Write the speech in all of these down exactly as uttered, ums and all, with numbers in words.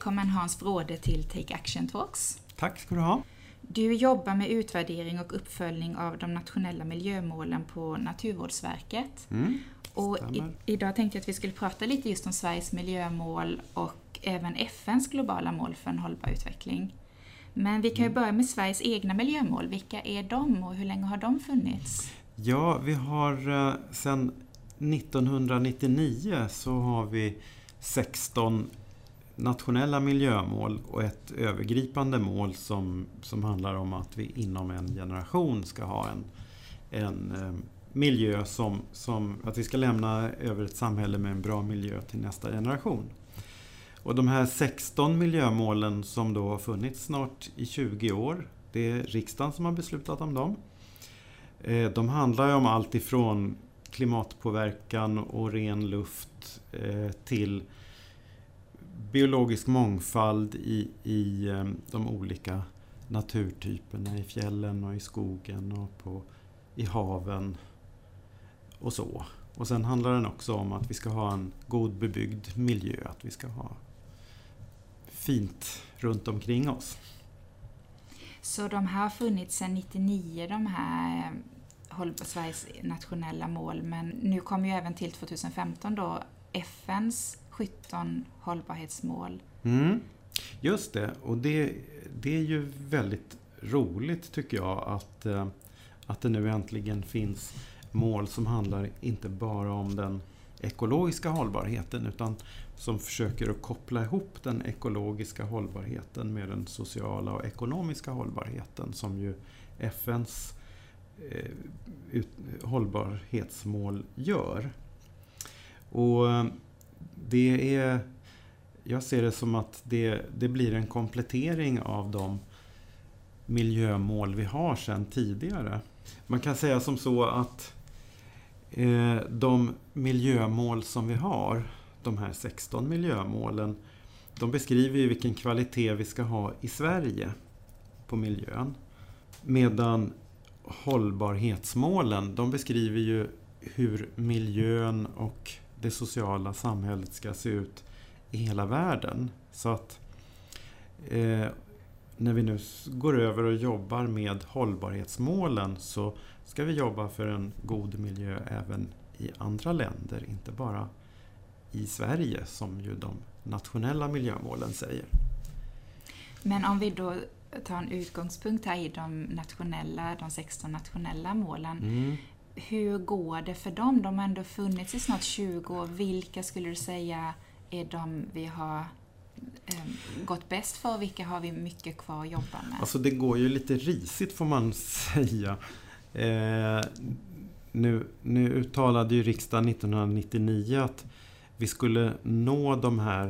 välkommen Hans Bråde till Take Action Talks. Tack ska du ha. Du jobbar med utvärdering och uppföljning av de nationella miljömålen på Naturvårdsverket. Mm, och i, idag tänkte jag att vi skulle prata lite just om Sveriges miljömål och även F N:s globala mål för en hållbar utveckling. Men vi kan ju börja med Sveriges egna miljömål. Vilka är de och hur länge har de funnits? Ja, vi har eh, sedan nittonhundranittionio så har vi sexton nationella miljömål och ett övergripande mål som, som handlar om att vi inom en generation ska ha en, en eh, miljö som, som att vi ska lämna över ett samhälle med en bra miljö till nästa generation. Och de här sexton miljömålen som då har funnits snart i tjugo år, det är riksdagen som har beslutat om dem. Eh, de handlar ju om allt ifrån klimatpåverkan och ren luft eh, till biologisk mångfald i, i eh, de olika naturtyperna i fjällen och i skogen och på, i haven och så. Och sen handlar den också om att vi ska ha en god bebyggd miljö, att vi ska ha fint runt omkring oss. Så de här har funnits sedan nittionio, de här hållbar Sveriges nationella mål, men nu kommer ju även till tjugohundrafemton då F N:s sjutton hållbarhetsmål. Mm, just det, och det, det är ju väldigt roligt tycker jag att, att det nu äntligen finns mål som handlar inte bara om den ekologiska hållbarheten utan som försöker att koppla ihop den ekologiska hållbarheten med den sociala och ekonomiska hållbarheten som ju F N:s eh, ut, hållbarhetsmål gör. Och det är, jag ser det som att det, det blir en komplettering av de miljömål vi har sedan tidigare. Man kan säga som så att eh, de miljömål som vi har, de här sexton miljömålen, de beskriver ju vilken kvalitet vi ska ha i Sverige på miljön. Medan hållbarhetsmålen, de beskriver ju hur miljön och det sociala samhället ska se ut i hela världen. Så att eh, när vi nu går över och jobbar med hållbarhetsmålen så ska vi jobba för en god miljö även i andra länder, inte bara i Sverige som ju de nationella miljömålen säger. Men om vi då tar en utgångspunkt här i de nationella, de sexton nationella målen. Mm. Hur går det för dem? De har ändå funnits i snart tjugo år. Vilka skulle du säga är de vi har eh, gått bäst för? Vilka har vi mycket kvar att jobba med? Alltså det går ju lite risigt får man säga. Eh, nu, nu uttalade ju riksdagen nittonhundranittionio att vi skulle nå de här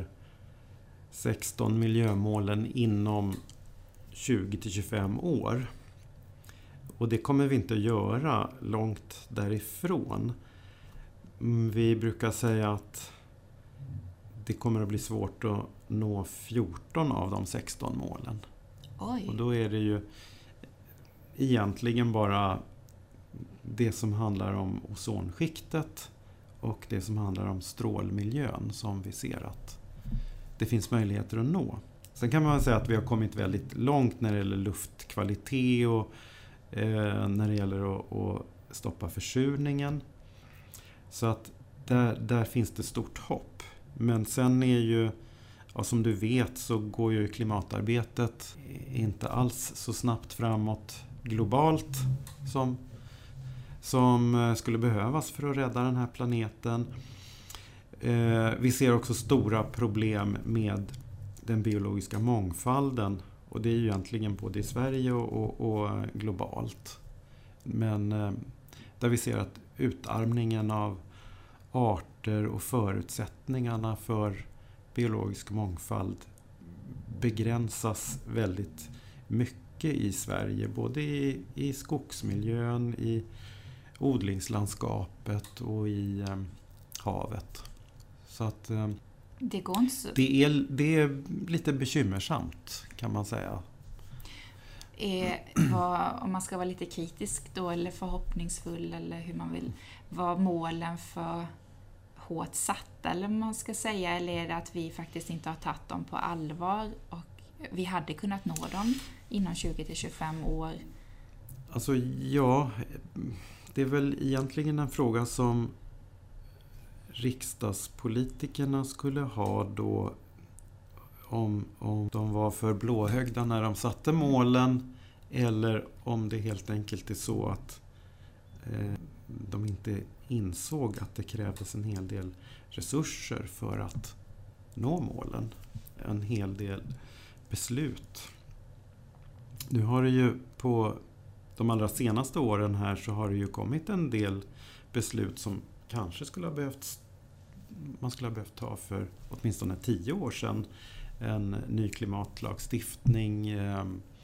sexton miljömålen inom tjugo till tjugofem år. Och det kommer vi inte att göra långt därifrån. Vi brukar säga att det kommer att bli svårt att nå fjorton av de sexton målen. Oj. Och då är det ju egentligen bara det som handlar om ozonskiktet och det som handlar om strålmiljön som vi ser att det finns möjligheter att nå. Sen kan man säga att vi har kommit väldigt långt när det gäller luftkvalitet och eh, när det gäller att, att stoppa försurningen. Så att där, där finns det stort hopp. Men sen är ju, ja, som du vet så går ju klimatarbetet inte alls så snabbt framåt globalt som, som skulle behövas för att rädda den här planeten. Eh, vi ser också stora problem med den biologiska mångfalden och det är ju egentligen både i Sverige och, och, och globalt. Men eh, där vi ser att utarmningen av arter och förutsättningarna för biologisk mångfald begränsas väldigt mycket i Sverige. Både i, i skogsmiljön, i odlingslandskapet och i eh, havet. Så att eh, det går inte så. Det är, det är lite bekymmersamt kan man säga. Är, vad, om man ska vara lite kritisk då eller förhoppningsfull eller hur man vill, vad målen för hårt satta, eller man ska säga, eller är det att vi faktiskt inte har tagit dem på allvar och vi hade kunnat nå dem inom tjugo till tjugofem år? Alltså ja, det är väl egentligen en fråga som riksdagspolitikerna skulle ha då, om, om de var för blåhögda när de satte målen, eller om det helt enkelt är så att eh, de inte insåg att det krävdes en hel del resurser för att nå målen. En hel del beslut. Nu har det ju på de allra senaste åren här så har det ju kommit en del beslut som kanske skulle ha behövt, man skulle ha behövt ta för åtminstone tio år sedan. En ny klimatlagstiftning, eh,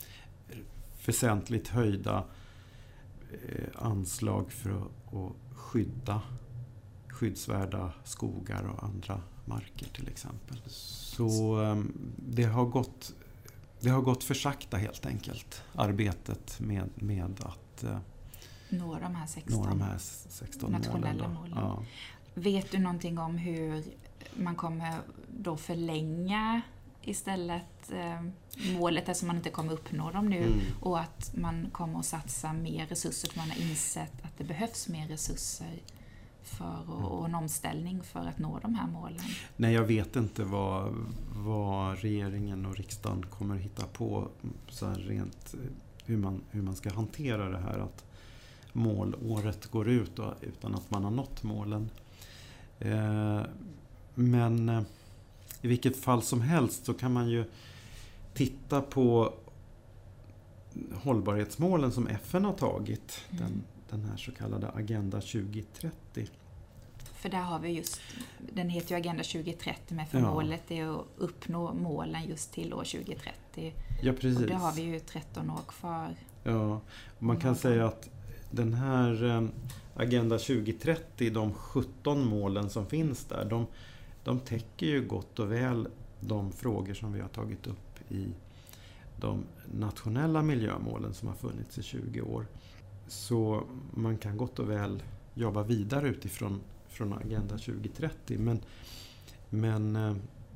väsentligt höjda eh, anslag för att, att skydda skyddsvärda skogar och andra marker till exempel. Så eh, det har gått det har gått för sakta helt enkelt, arbetet med, med att eh, nå de här sexton, nå de här sexton nationella målen. målen. Ja. Vet du någonting om hur man kommer då förlänga istället eh, målet, eftersom man inte kommer uppnå dem nu, mm. och att man kommer att satsa mer resurser, för man har insett att det behövs mer resurser för och, och en omställning för att nå de här målen? Nej, jag vet inte vad, vad regeringen och riksdagen kommer att hitta på så här rent hur man, hur man ska hantera det här att målåret går ut och, utan att man har nått målen. Eh, men eh, i vilket fall som helst så kan man ju titta på hållbarhetsmålen som F N har tagit. Mm. Den, den här så kallade Agenda tjugo trettio. För där har vi just, den heter ju Agenda tjugo trettio, men för ja. målet är att uppnå målen just till år tjugo trettio. Ja, precis. Och då har vi ju tretton år kvar. Ja, och man kan säga att den här eh, Agenda tjugo trettio, de sjutton målen som finns där, de, de täcker ju gott och väl de frågor som vi har tagit upp i de nationella miljömålen som har funnits i tjugo år. Så man kan gott och väl jobba vidare utifrån från Agenda tjugo trettio. Men, men eh,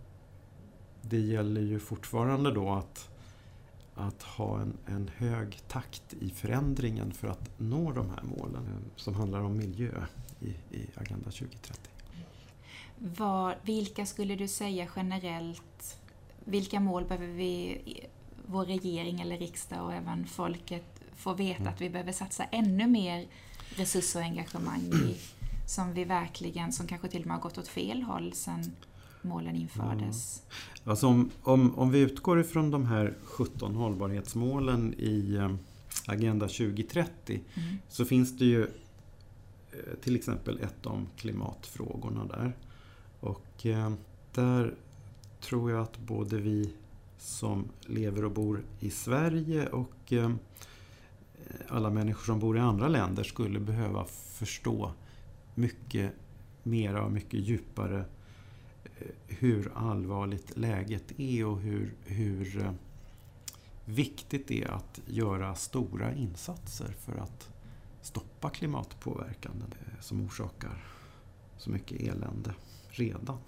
det gäller ju fortfarande då att, att ha en, en hög takt i förändringen för att nå de här målen eh, som handlar om miljö i, i Agenda tjugo trettio. Vad, vilka skulle du säga generellt, vilka mål behöver vi, vår regering eller riksdag och även folket få veta mm. att vi behöver satsa ännu mer resurser och engagemang i, som vi verkligen, som kanske till och med har gått åt fel håll sedan målen infördes? Ja. Alltså om, om, om vi utgår ifrån de här sjutton hållbarhetsmålen i eh, Agenda tjugo trettio mm. så finns det ju eh, till exempel ett om klimatfrågorna där. Och eh, där tror jag att både vi som lever och bor i Sverige och eh, alla människor som bor i andra länder skulle behöva förstå mycket mera och mycket djupare eh, hur allvarligt läget är och hur, hur eh, viktigt det är att göra stora insatser för att stoppa klimatpåverkan eh, som orsakar så mycket elände redan.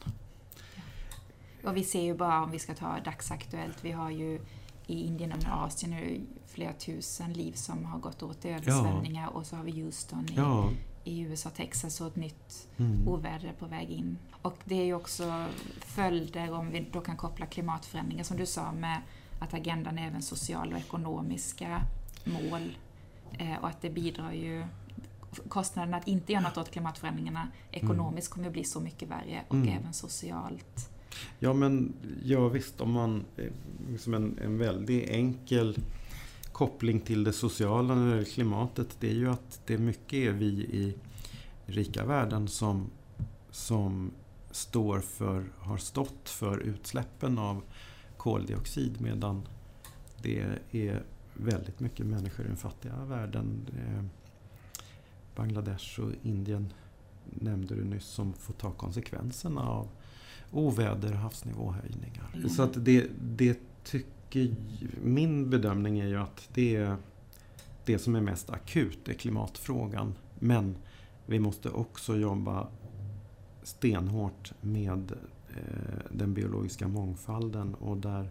Och vi ser ju bara, om vi ska ta dagsaktuellt, vi har ju i Indien och Asien nu flera tusen liv som har gått åt i översvämningar, ja. Och så har vi Houston i, ja. i U S A, Texas, och ett nytt mm. oväder på väg in. Och det är ju också följder, om vi då kan koppla klimatförändringar som du sa, med att agendan är även sociala och ekonomiska mål, eh, och att det bidrar ju, kostnaden att inte göra något åt klimatförändringarna ekonomiskt kommer att bli så mycket värre, och mm. även socialt. Ja, men ja, visst, om man liksom en, en väldigt enkel koppling till det sociala när det gäller klimatet, det är ju att det mycket är vi i rika världen som, som står för, har stått för utsläppen av koldioxid, medan det är väldigt mycket människor i den fattiga världen, eh, Bangladesh och Indien nämnde du nyss, som får ta konsekvenserna av oväder, havsnivåhöjningar. Mm. Så att det, det tycker, min bedömning är ju att det är det som är mest akut är klimatfrågan. Men vi måste också jobba stenhårt med eh, den biologiska mångfalden, och där,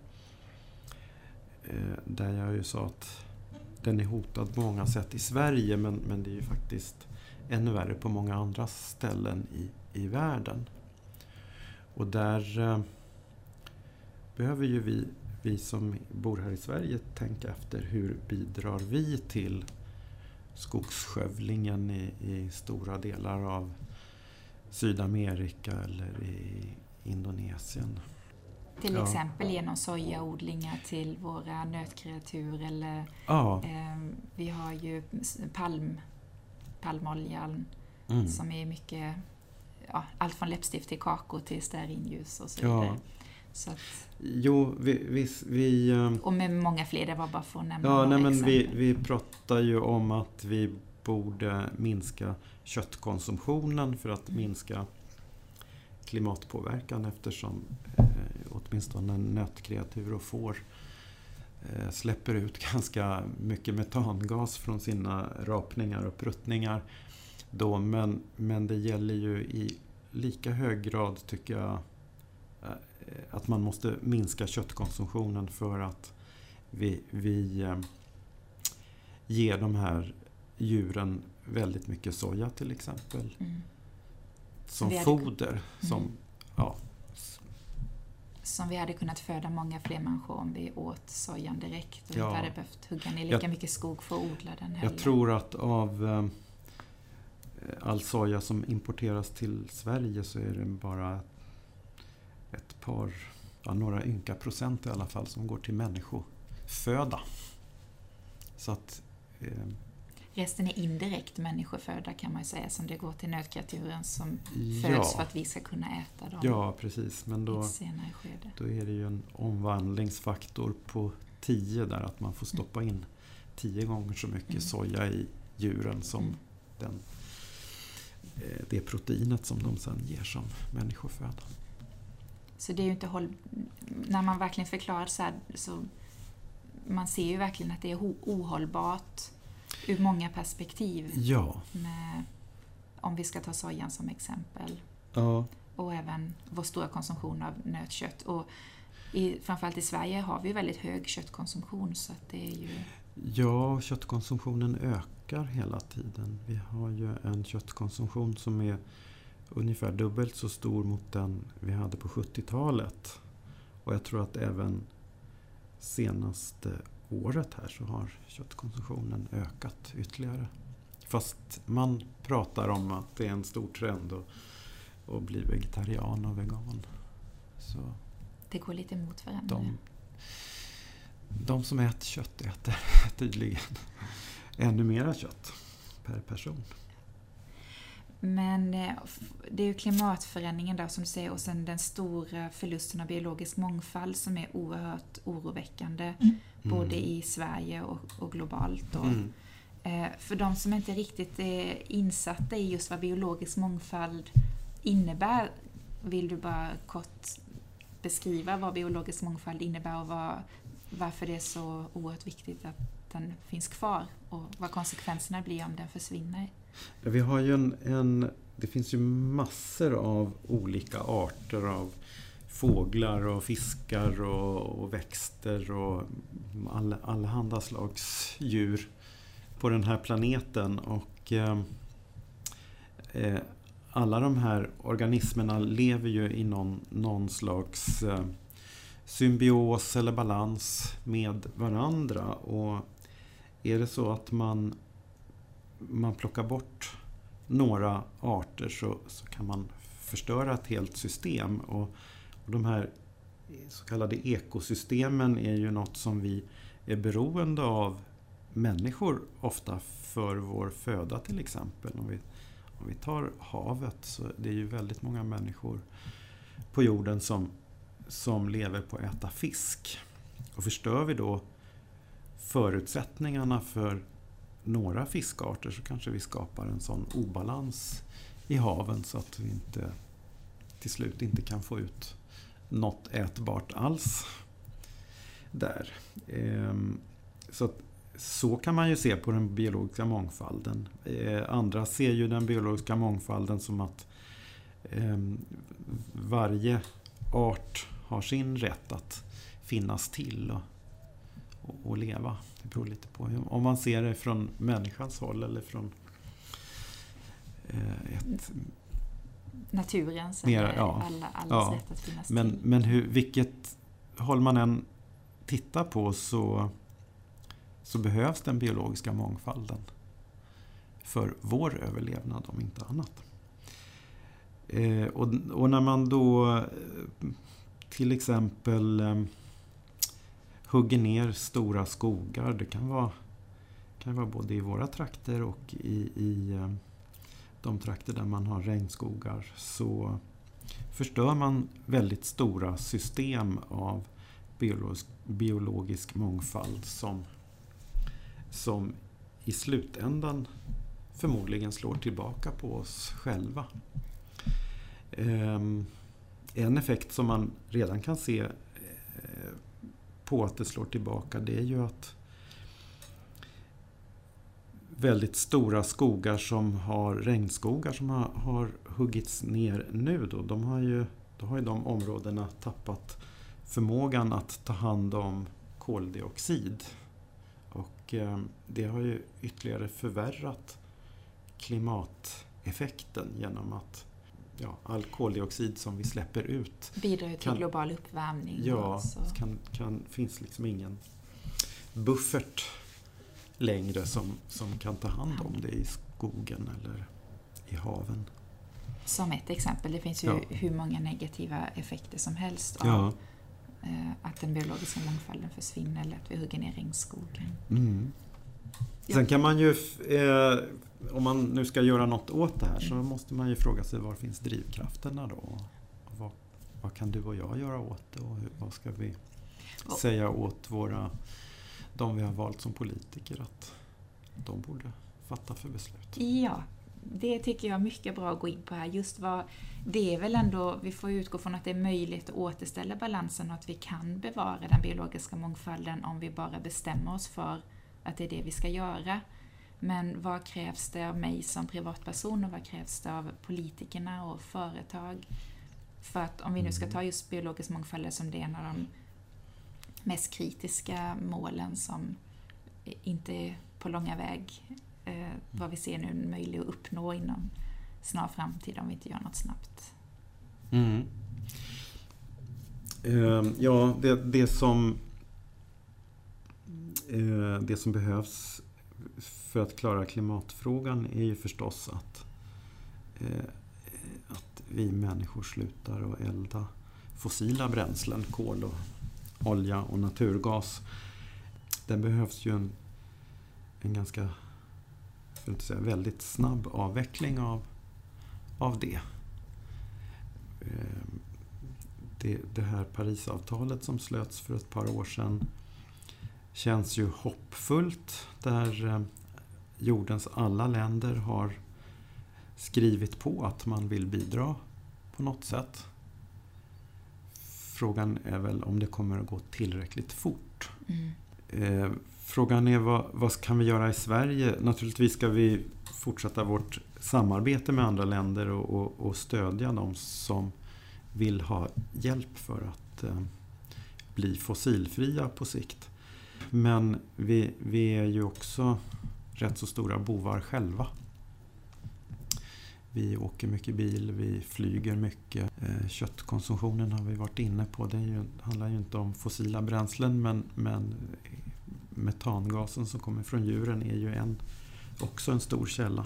eh, där jag ju sa att den är hotad på många sätt i Sverige, men, men det är ju faktiskt ännu värre på många andra ställen i, i världen. Och där eh, behöver ju vi, vi som bor här i Sverige tänka efter, hur bidrar vi till skogsskövlingen i, i stora delar av Sydamerika eller i Indonesien. Till Ja. exempel genom sojaodlingar till våra nötkreatur, eller Ja. eh, vi har ju palm, palmoljan Mm. som är mycket, ja, allt från läppstift till kakor till stearinljus och så Ja. vidare. Så att, Jo, vi... vi, vi ehm, och med många fler, det var bara för att nämna ja, några nej, men vi, exempel. vi pratar ju om att vi borde minska köttkonsumtionen för att minska klimatpåverkan, eftersom eh, åtminstone nötkreatur och får eh, släpper ut ganska mycket metangas från sina rapningar och pruttningar. Då, men, men det gäller ju i lika hög grad, tycker jag, eh, att man måste minska köttkonsumtionen för att vi, vi eh, ger de här djuren väldigt mycket soja till exempel. Mm. Som Vi hade foder. kun- Som, Mm. ja, Som vi hade kunnat föda många fler människor om vi åt sojan direkt och Ja. inte hade behövt hugga ner lika Jag- mycket skog för att odla den heller. jag tror att av eh, all soja som importeras till Sverige så är det bara ett par, ja, några ynka procent i alla fall som går till människoföda. Så att eh, Resten är indirekt människoföda, kan man ju säga, som det går till nötkreaturen som Ja. föds för att vi ska kunna äta dem ja, precis. Men i då, ett senare skede. då är det ju en omvandlingsfaktor på tio där, att man får stoppa in tio gånger så mycket Mm. soja i djuren som Mm. den, eh, det proteinet som de sen ger som människoföda. Så det är ju inte håll... När man verkligen förklarar så här, så man ser ju verkligen att det är ho- ohållbart ur många perspektiv. Ja. Med, om vi ska ta sojan som exempel. Ja. Och även vår stora konsumtion av nötkött. Och i, framförallt i Sverige har vi väldigt hög köttkonsumtion, så att det är ju... Ja, köttkonsumtionen ökar hela tiden. Vi har ju en köttkonsumtion som är ungefär dubbelt så stor mot den vi hade på sjuttiotalet. Och jag tror att även senaste året här så har köttkonsumtionen ökat ytterligare. Fast man pratar om att det är en stor trend att, att bli vegetarian och vegan. Så Det går lite emot varandra. de, de som äter kött äter tydligen ännu mera kött per person. Men eh, f- det är ju klimatförändringen där som du säger, och sen den stora förlusten av biologisk mångfald som är oerhört oroväckande, både i Sverige och, och globalt. Då. Mm. Eh, för de som inte riktigt är insatta i just vad biologisk mångfald innebär, vill du bara kort beskriva vad biologisk mångfald innebär och vad, varför det är så oerhört viktigt att den finns kvar och vad konsekvenserna blir om den försvinner? Vi har ju en, en, det finns ju massor av olika arter av fåglar och fiskar och, och växter och all, allehanda slags djur på den här planeten. Och eh, eh, alla de här organismerna lever ju i någon, någon slags eh, symbios eller balans med varandra. Och är det så att man man plockar bort några arter så, så kan man förstöra ett helt system. Och, och de här så kallade ekosystemen är ju något som vi är beroende av människor ofta för vår föda till exempel. Om vi, om vi tar havet så det är ju väldigt många människor på jorden som, som lever på att äta fisk. Och förstör vi då förutsättningarna för några fiskarter så kanske vi skapar en sån obalans i haven så att vi inte till slut inte kan få ut något ätbart alls där. Ehm, så att, så kan man ju se på den biologiska mångfalden. Ehm, andra ser ju den biologiska mångfalden som att eh, varje art har sin rätt att finnas till och, och, och leva. Det beror lite på om man ser det från människans håll eller från eh, ett naturens mer, eller ja, alla, allas ja, rätt att finnas men, till. Men hur, vilket håll man än tittar på så, så behövs den biologiska mångfalden för vår överlevnad om inte annat. Eh, och, och när man då till exempel eh, hugger ner stora skogar, det kan vara, kan vara både i våra trakter och i, i eh, de trakter där man har regnskogar, så förstör man väldigt stora system av biologisk, biologisk mångfald som, som i slutändan förmodligen slår tillbaka på oss själva. Um, en effekt som man redan kan se eh, på att det slår tillbaka, det är ju att väldigt stora skogar som har regnskogar som har, har huggits ner nu då, de har ju, då har ju de områdena tappat förmågan att ta hand om koldioxid. Och eh, det har ju ytterligare förvärrat klimateffekten genom att ja, all koldioxid som vi släpper ut bidrar till kan, global uppvärmning. Ja, kan, kan, finns liksom ingen buffert längre som, som kan ta hand om det i skogen eller i haven. Som ett exempel, det finns ju ja. hur många negativa effekter som helst av ja. eh, att den biologiska mångfalden försvinner eller att vi hugger ner regnskogen. Mm. Ja. Sen kan man ju, eh, om man nu ska göra något åt det här, så måste man ju fråga sig var finns drivkrafterna då? Och vad, vad kan du och jag göra åt det? Och hur, vad ska vi och. säga åt våra, de vi har valt som politiker att de borde fatta för beslut? Ja, det tycker jag är mycket bra att gå in på här. Just vad, det är väl ändå, vi får utgå från att det är möjligt att återställa balansen och att vi kan bevara den biologiska mångfalden om vi bara bestämmer oss för att det är det vi ska göra. Men vad krävs det av mig som privatperson och vad krävs det av politikerna och företag? För att om vi nu ska ta just biologisk mångfald som det är en av de mest kritiska målen som inte är på långa väg eh, vad vi ser nu möjligt att uppnå inom snar framtid om vi inte gör något snabbt. Mm. Uh, ja, det, det som uh, det som behövs för att klara klimatfrågan är ju förstås att, uh, att vi människor slutar att elda fossila bränslen, kol och olja och naturgas. Det behövs ju en, en ganska, för att inte säga, väldigt snabb avveckling av, av det. det. Det här Parisavtalet som slöts för ett par år sedan känns ju hoppfullt, där jordens alla länder har skrivit på att man vill bidra på något sätt. Frågan är väl om det kommer att gå tillräckligt fort. Mm. Eh, frågan är vad, vad kan vi göra i Sverige? Naturligtvis ska vi fortsätta vårt samarbete med andra länder och, och, och stödja dem som vill ha hjälp för att eh, bli fossilfria på sikt. Men vi, vi är ju också rätt så stora bovar själva. Vi åker mycket bil, vi flyger mycket. Eh, köttkonsumtionen har vi varit inne på. Det är ju, handlar ju inte om fossila bränslen, men, men metangasen som kommer från djuren är ju en, också en stor källa.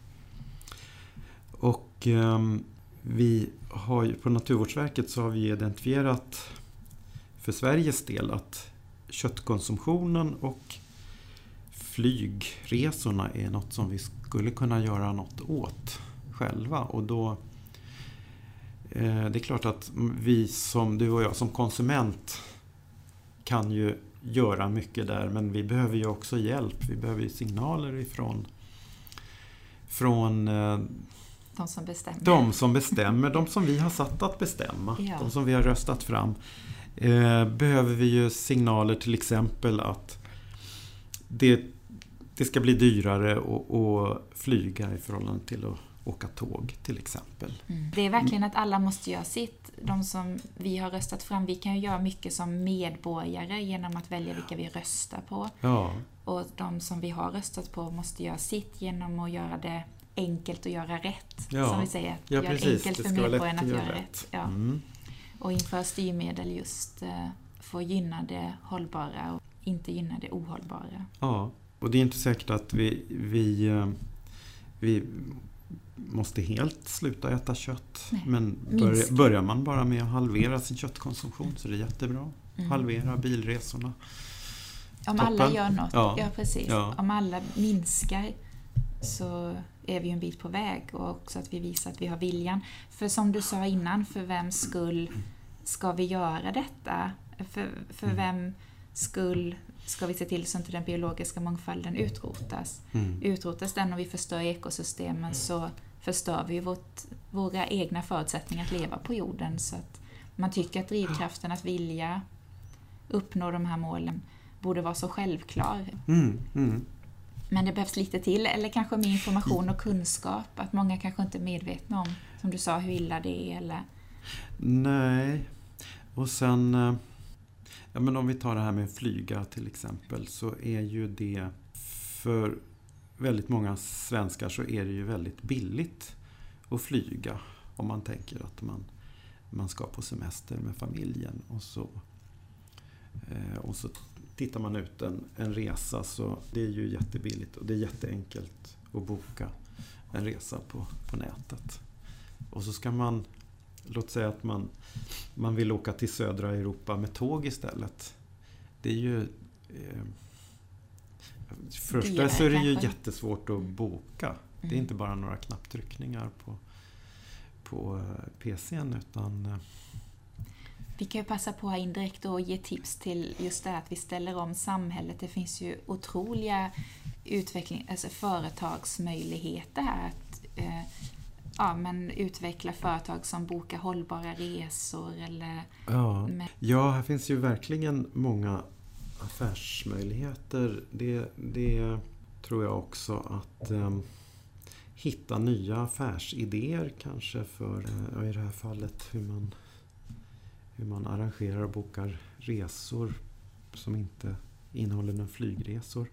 Och eh, vi har ju, på Naturvårdsverket så har vi identifierat för Sveriges del att köttkonsumtionen och flygresorna är något som vi skulle kunna göra något åt själva. Och då eh, det är klart att vi som du och jag som konsument kan ju göra mycket där, men vi behöver ju också hjälp. Vi behöver ju signaler ifrån från eh, de som bestämmer. De som bestämmer, de som vi har satt att bestämma, ja. De som vi har röstat fram. Eh, behöver vi ju signaler till exempel att det, det ska bli dyrare att, att flyga i förhållande till att åka tåg till exempel. Mm. Det är verkligen att alla måste göra sitt. De som vi har röstat fram, vi kan ju göra mycket som medborgare genom att välja vilka vi röstar på. Ja. Och de som vi har röstat på måste göra sitt genom att göra det enkelt att göra rätt. Ja. Som vi säger, att ja, göra precis. enkelt för det ska vara medborgarna lätt att att göra göra rätt. rätt. Ja. Mm. Och införa styrmedel just eh, för att gynna det hållbara och inte gynna det ohållbara. Ja, och det är inte säkert att vi, vi, vi måste helt sluta äta kött. Nej, men börja, börjar man bara med att halvera sin köttkonsumtion så är det jättebra. Mm. Halvera bilresorna. Om Toppen. alla gör något, ja, ja precis. Ja. Om alla minskar så är vi en bit på väg, och också att vi visar att vi har viljan. För som du sa innan, för vem skull ska vi göra detta? För, för vem skull ska vi se till så att den biologiska mångfalden utrotas? Mm. Utrotas den och vi förstör ekosystemen, så förstör vi vårt, våra egna förutsättningar att leva på jorden. Så att man tycker att drivkraften att vilja uppnå de här målen borde vara så självklar. Mm, mm. Men det behövs lite till, eller kanske mer information och kunskap. Att många kanske inte är medvetna om, som du sa, hur illa det är. Eller... Nej. Och sen, ja, men om vi tar det här med flyga till exempel, så är ju det, för väldigt många svenskar så är det ju väldigt billigt att flyga. Om man tänker att man, man ska på semester med familjen och så, eh, och så tittar man ut en, en resa, så det är ju jättebilligt och det är jätteenkelt att boka en resa på, på nätet. Och så ska man, låt säga att man, man vill åka till södra Europa med tåg istället. Det är ju eh, första det så är det ju jättesvårt att boka. Mm. Det är inte bara några knapptryckningar på, på P C:n, utan eh, vi kan ju passa på här indirekt och ge tips till just det att vi ställer om samhället. Det finns ju otroliga utveckling, alltså företagsmöjligheter här. Att eh, ja, men utveckla företag som bokar hållbara resor. Eller ja. Med... ja, här finns ju verkligen många affärsmöjligheter. Det, det tror jag också att eh, hitta nya affärsidéer kanske för, eh, i det här fallet, hur man hur man arrangerar och bokar resor som inte innehåller några flygresor.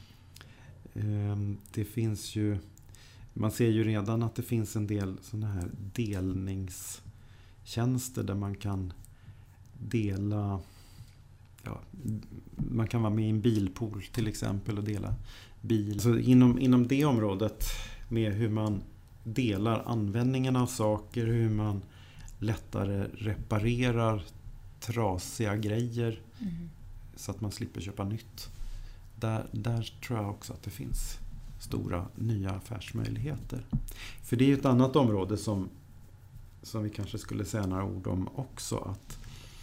Det finns ju, man ser ju redan att det finns en del sådana här delningstjänster där man kan dela, ja, man kan vara med i en bilpool till exempel och dela bil. Så inom, inom det området med hur man delar användningen av saker, hur man lättare reparerar trasiga grejer mm. så att man slipper köpa nytt. Där, där tror jag också att det finns stora nya affärsmöjligheter. För det är ju ett annat område som, som vi kanske skulle säga några ord om också, att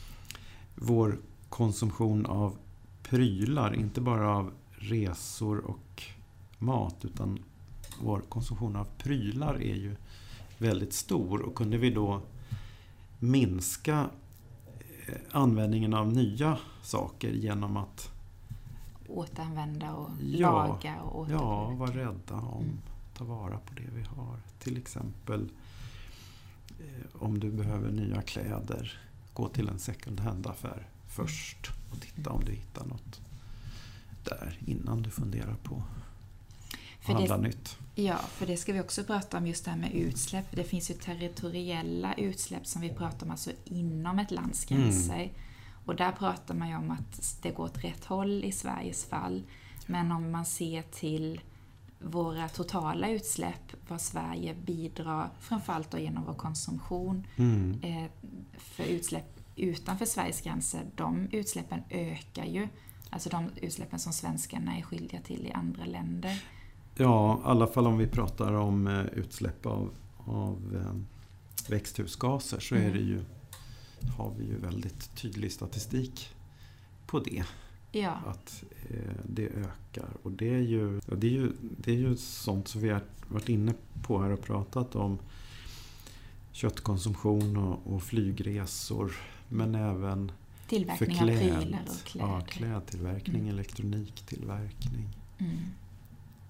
vår konsumtion av prylar, inte bara av resor och mat, utan vår konsumtion av prylar är ju väldigt stor, och kunde vi då minska användningen av nya saker genom att återanvända och ja, laga och återbruka. Ja, vara rädda om, mm. ta vara på det vi har. Till exempel eh, om du behöver nya kläder, gå till en second hand-affär först och titta om du hittar något där innan du funderar på att handla det, nytt. Ja, för det ska vi också prata om, just det här med utsläpp. Det finns ju territoriella utsläpp som vi pratar om, alltså inom ett lands gränser. Mm. Och där pratar man ju om att det går åt rätt håll i Sveriges fall. Men om man ser till våra totala utsläpp, vad Sverige bidrar, framförallt då genom vår konsumtion, mm. eh, för utsläpp utanför Sveriges gränser, de utsläppen ökar ju. Alltså de utsläppen som svenskarna är skyldiga till i andra länder. Ja, i alla fall om vi pratar om eh, utsläpp av, av eh, växthusgaser, så mm. är det ju, har vi ju väldigt tydlig statistik på det. Ja. Att eh, det ökar. Och det är, ju, det, är ju, det är ju sånt som vi har varit inne på här och pratat om. Köttkonsumtion och, och flygresor. Men även tillverkning för kläd, av prylar och kläder. Ja, klädtillverkning, mm. elektroniktillverkning. Mm.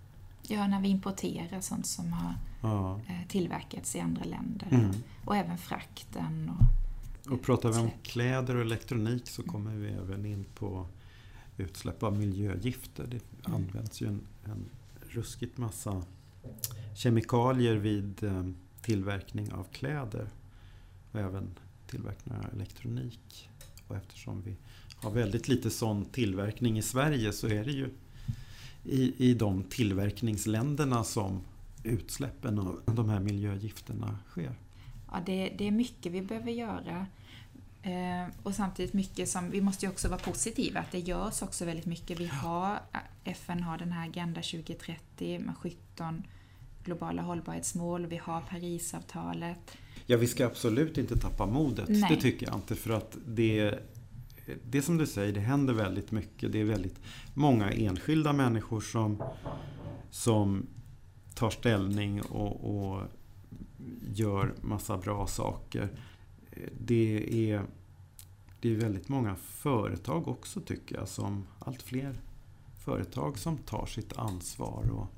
Ja, när vi importerar sånt som har Ja. tillverkats i andra länder. Mm. Och även frakten. Och, och pratar vi om kläder och elektronik så kommer vi även in på utsläpp av miljögifter. Det mm. används ju en, en ruskigt massa kemikalier vid eh, tillverkning av kläder. Och även tillverkning av elektronik. Och eftersom vi har väldigt lite sån tillverkning i Sverige så är det ju i, i de tillverkningsländerna som utsläppen av de här miljögifterna sker. Ja, det, det är mycket vi behöver göra. Eh, och samtidigt mycket som, vi måste ju också vara positiva, att det görs också väldigt mycket. Vi har, F N har den här Agenda tjugo trettio med sjutton globala hållbarhetsmål, vi har Parisavtalet. Ja, vi ska absolut inte tappa modet, Nej. Det tycker jag inte, för att det, det som du säger, det händer väldigt mycket. Det är väldigt många enskilda människor som, som tar ställning och, och gör massa bra saker. Det är, det är väldigt många företag också, tycker jag, som allt fler företag som tar sitt ansvar och,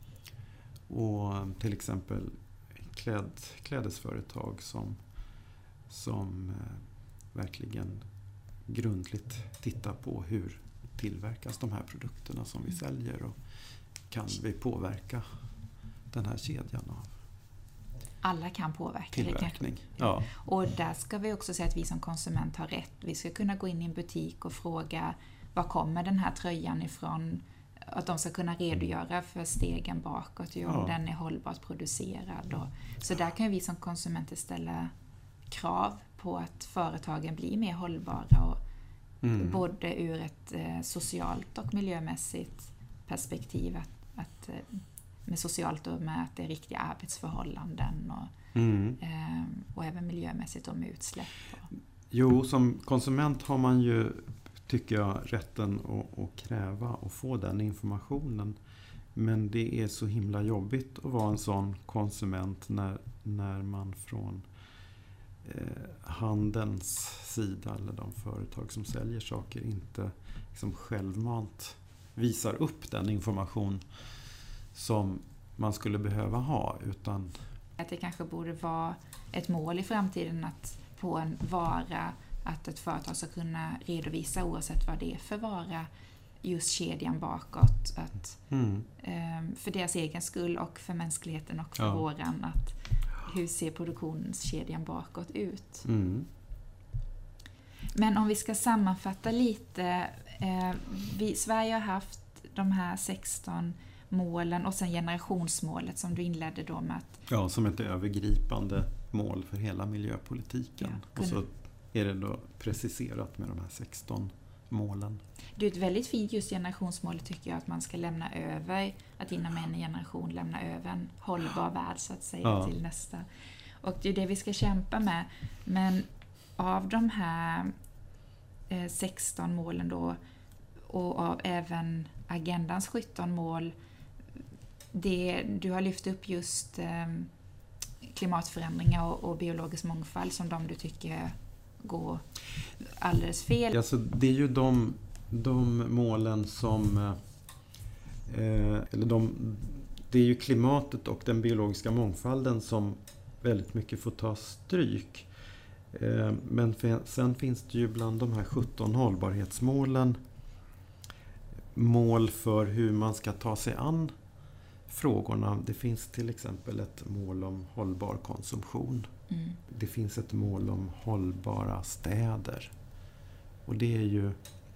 och till exempel kläd, klädesföretag som, som eh, verkligen grundligt tittar på hur tillverkas de här produkterna som vi säljer och kan vi påverka den här kedjan av alla kan påverka tillverkning. Det ja. Och där ska vi också säga att vi som konsument har rätt. Vi ska kunna gå in i en butik och fråga var kommer den här tröjan ifrån? Att de ska kunna redogöra för stegen bakåt, ju, om ja. den är hållbart producerad. Och, så där kan vi som konsumenter ställa krav på att företagen blir mer hållbara. Och mm. både ur ett eh, socialt och miljömässigt perspektiv. Att, att eh, med socialt och med att det är riktiga arbetsförhållanden och, mm. eh, och även miljömässigt och med utsläpp. Och. Jo, som konsument har man ju, tycker jag, rätten att, att kräva och få den informationen. Men det är så himla jobbigt att vara en sån konsument när, när man från eh, handelns sida eller de företag som säljer saker inte liksom självmant visar upp den information som man skulle behöva ha, utan att det kanske borde vara ett mål i framtiden att på en vara att ett företag ska kunna redovisa oavsett vad det är för vara just kedjan bakåt, att mm. um, för deras egen skull och för mänskligheten och för ja. våran, att hur ser produktionskedjan bakåt ut. Mm. Men om vi ska sammanfatta lite, eh, vi, Sverige har haft de här sexton målen och sen generationsmålet som du inledde då med att... Ja, som ett övergripande mål för hela miljöpolitiken. Ja, och så är det då preciserat med de här sexton målen. Det är ett väldigt fint just generationsmål, tycker jag, att man ska lämna över, att inom en generation lämna över en hållbar värld så att säga ja. till nästa. Och det är det vi ska kämpa med. Men av de här eh, sexton målen då och av även agendans sjutton mål, det, du har lyft upp just eh, klimatförändringar och, och biologisk mångfald som de du tycker går alldeles fel. Alltså, det är ju de, de målen som eh, eller de, det är ju klimatet och den biologiska mångfalden som väldigt mycket får ta stryk. Eh, men för, sen finns det ju bland de här sjutton hållbarhetsmålen mål för hur man ska ta sig an frågorna. Det finns till exempel ett mål om hållbar konsumtion. Mm. Det finns ett mål om hållbara städer. Och det är ju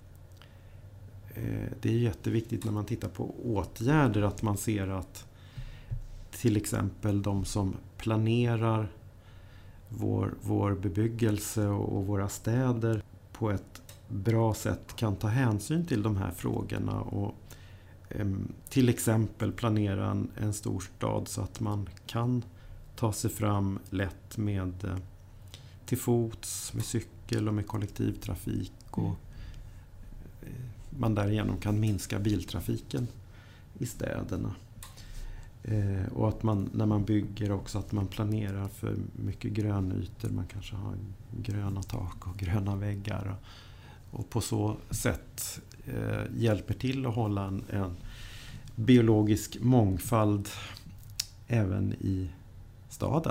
eh, det är jätteviktigt när man tittar på åtgärder att man ser att till exempel de som planerar vår, vår bebyggelse och, och våra städer på ett bra sätt kan ta hänsyn till de här frågorna och eh, till exempel planera en, en stor stad så att man kan ta sig fram lätt med eh, till fots, med cykel och med kollektivtrafik och eh, man därigenom kan minska biltrafiken i städerna. Eh, och att man när man bygger också att man planerar för mycket grönytor, man kanske har gröna tak och gröna väggar och och på så sätt eh, hjälper till att hålla en, en biologisk mångfald även i staden.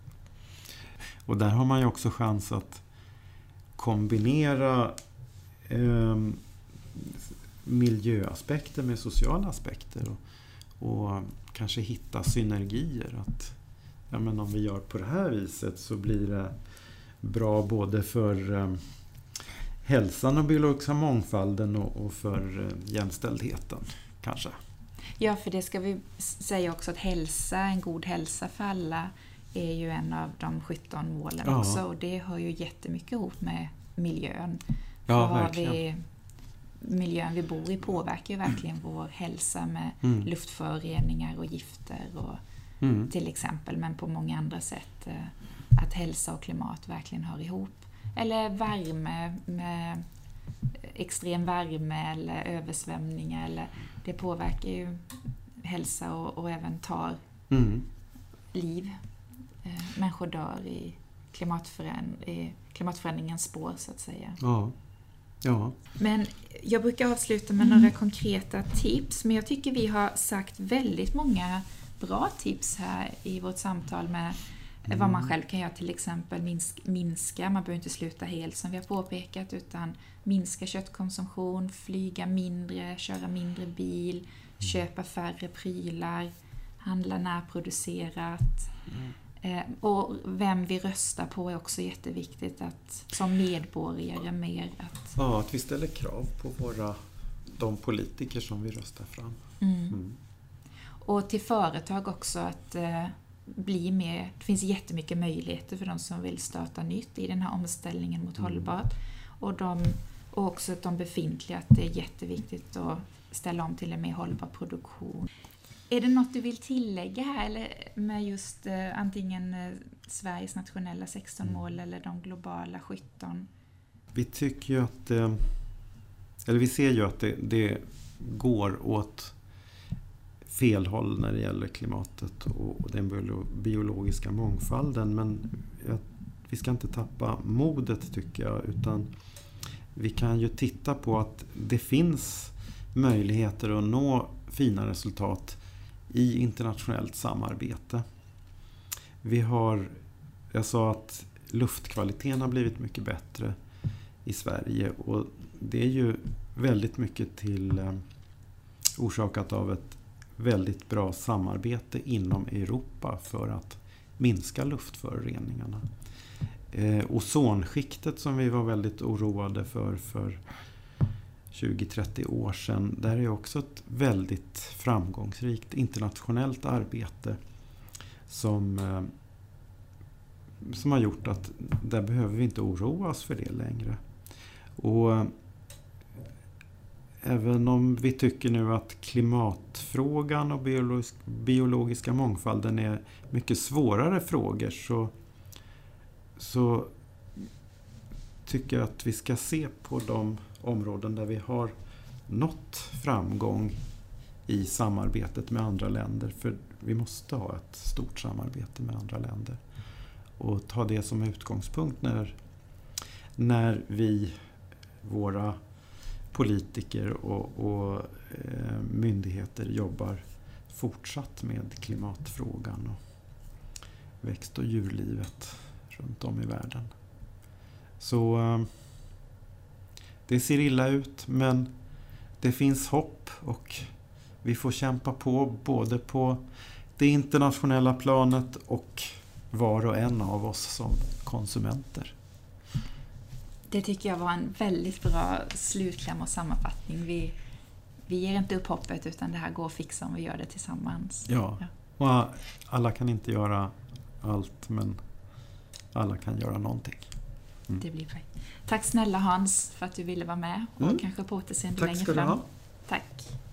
Och där har man ju också chans att kombinera eh, miljöaspekter med sociala aspekter och, och kanske hitta synergier. Att ja, men om vi gör på det här viset så blir det bra både för eh, hälsan och biologiska mångfalden och, och för eh, jämställdheten kanske. Ja, för det ska vi säga också att hälsa, en god hälsa för alla är ju en av de sjutton målen ja. också. Och det hör ju jättemycket ihop med miljön. Ja, för verkligen. Vi, miljön vi bor i påverkar ju verkligen vår hälsa med mm. luftföroreningar och gifter och mm. till exempel. Men på många andra sätt att hälsa och klimat verkligen hör ihop. Eller värme med extrem värme eller översvämningar. Eller, det påverkar ju hälsa och, och även tar mm. liv. Eh, människor dör i, klimatföränd- i klimatförändringens spår så att säga. Ja. Ja. Men jag brukar avsluta med några konkreta tips. Men jag tycker vi har sagt väldigt många bra tips här i vårt samtal med mm. vad man själv kan göra, till exempel minska, minska, man behöver inte sluta helt som vi har påpekat, utan minska köttkonsumtion, flyga mindre, köra mindre bil, mm. köpa färre prylar, handla närproducerat. Mm. Eh, och vem vi röstar på är också jätteviktigt, att som medborgare mer att... Ja, att vi ställer krav på våra, de politiker som vi röstar fram. Mm. Mm. Och till företag också att eh, bli mer, det finns jättemycket möjligheter för de som vill starta nytt i den här omställningen mot mm. hållbart. Och, de, och också de befintliga, att det är jätteviktigt att ställa om till en mer hållbar produktion. Är det något du vill tillägga här eller med just eh, antingen eh, Sveriges nationella sexton mål eller de globala sjutton? Vi tycker ju att eh, eller vi ser ju att det, det går åt fel håll när det gäller klimatet och den biologiska mångfalden, men ja, vi ska inte tappa modet tycker jag, utan vi kan ju titta på att det finns möjligheter att nå fina resultat i internationellt samarbete. Vi har, jag sa att luftkvaliteten har blivit mycket bättre i Sverige och det är ju väldigt mycket till eh, orsakat av ett väldigt bra samarbete inom Europa för att minska luftföroreningarna. Eh, ozonskiktet som vi var väldigt oroade för för tjugo till trettio år sedan, där är också ett väldigt framgångsrikt internationellt arbete som, eh, som har gjort att där behöver vi inte oroa oss för det längre. Och eh, även om vi tycker nu att klimatfrågan och biologisk, biologiska mångfalden är mycket svårare frågor, så, så tycker jag att vi ska se på de områden där vi har nått framgång i samarbetet med andra länder. För vi måste ha ett stort samarbete med andra länder. Och ta det som utgångspunkt när, när vi, våra politiker och, och eh, myndigheter jobbar fortsatt med klimatfrågan och växt- och djurlivet runt om i världen. Så eh, det ser illa ut, men det finns hopp och vi får kämpa på både på det internationella planet och var och en av oss som konsumenter. Det tycker jag var en väldigt bra slutkläm och sammanfattning. Vi, vi ger inte upp hoppet, utan det här går att fixa om vi gör det tillsammans. Ja, ja. Och alla kan inte göra allt, men alla kan göra någonting. Mm. Det blir bra. Tack snälla Hans för att du ville vara med och mm. kanske på återseende längre fram. Tack ska du ha. Tack.